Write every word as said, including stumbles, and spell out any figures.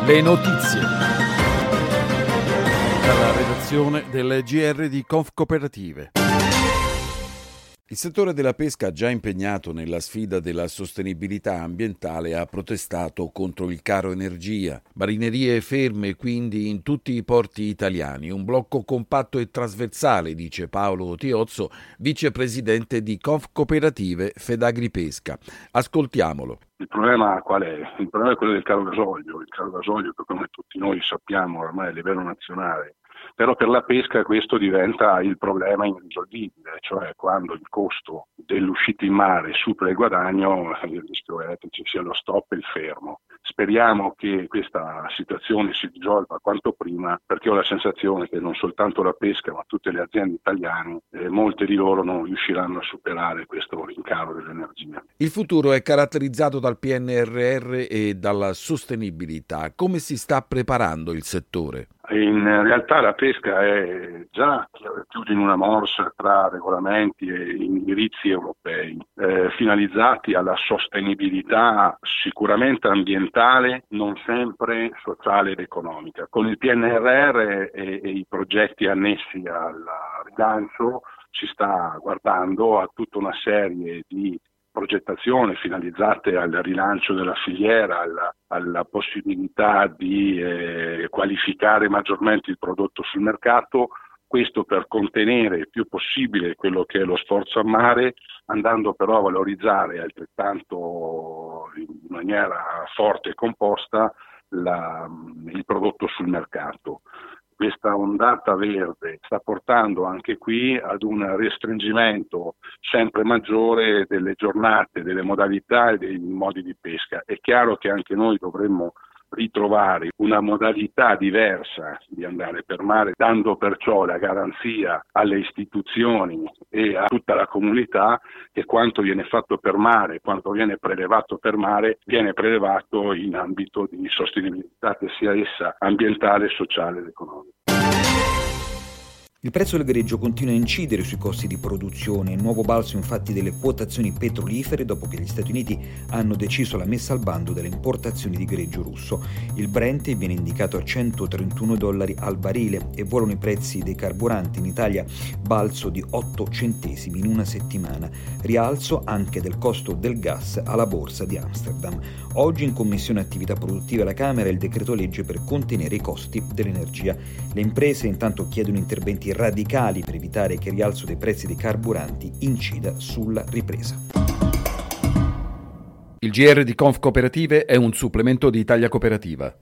Le notizie dalla redazione del G R di Confcooperative. Il settore della pesca, già impegnato nella sfida della sostenibilità ambientale, ha protestato contro il caro energia. Marinerie ferme quindi in tutti i porti italiani. Un blocco compatto e trasversale, dice Paolo Tiozzo, vicepresidente di Confcooperative Fedagripesca. Ascoltiamolo. Il problema qual è? Il problema è quello del caro gasolio. Il caro gasolio, che come tutti noi sappiamo ormai a livello nazionale, però per la pesca questo diventa il problema irrisolvibile, cioè quando il costo dell'uscita in mare supera il guadagno, il rischio è che ci sia lo stop e il fermo. Speriamo che questa situazione si risolva quanto prima, perché ho la sensazione che non soltanto la pesca ma tutte le aziende italiane, eh, molte di loro non riusciranno a superare questo rincaro dell'energia. Il futuro è caratterizzato dal P N R R e dalla sostenibilità. Come si sta preparando il settore? In realtà la pesca è già più di una morsa tra regolamenti e indirizzi europei eh, finalizzati alla sostenibilità sicuramente ambientale, non sempre sociale ed economica. Con il P N R R e, e i progetti annessi al rilancio si sta guardando a tutta una serie di progettazione finalizzate al rilancio della filiera, alla, alla possibilità di eh, qualificare maggiormente il prodotto sul mercato, questo per contenere il più possibile quello che è lo sforzo a mare, andando però a valorizzare altrettanto in maniera forte e composta la, il prodotto sul mercato. Questa ondata verde sta portando anche qui ad un restringimento sempre maggiore delle giornate, delle modalità e dei modi di pesca. È chiaro che anche noi dovremmo ritrovare una modalità diversa di andare per mare, dando perciò la garanzia alle istituzioni e a tutta la comunità che quanto viene fatto per mare, quanto viene prelevato per mare, viene prelevato in ambito di sostenibilità, che sia essa ambientale, sociale ed economica. Il prezzo del greggio continua a incidere sui costi di produzione. Il nuovo balzo infatti delle quotazioni petrolifere dopo che gli Stati Uniti hanno deciso la messa al bando delle importazioni di greggio russo. Il Brent viene indicato a centotrentuno dollari al barile e volano i prezzi dei carburanti in Italia, balzo di otto centesimi in una settimana, rialzo anche del costo del gas alla borsa di Amsterdam. Oggi in Commissione Attività Produttive alla Camera il decreto legge per contenere i costi dell'energia. Le imprese intanto chiedono interventi radicali per evitare che il rialzo dei prezzi dei carburanti incida sulla ripresa. Il G R di Confcooperative è un supplemento di Italia Cooperativa.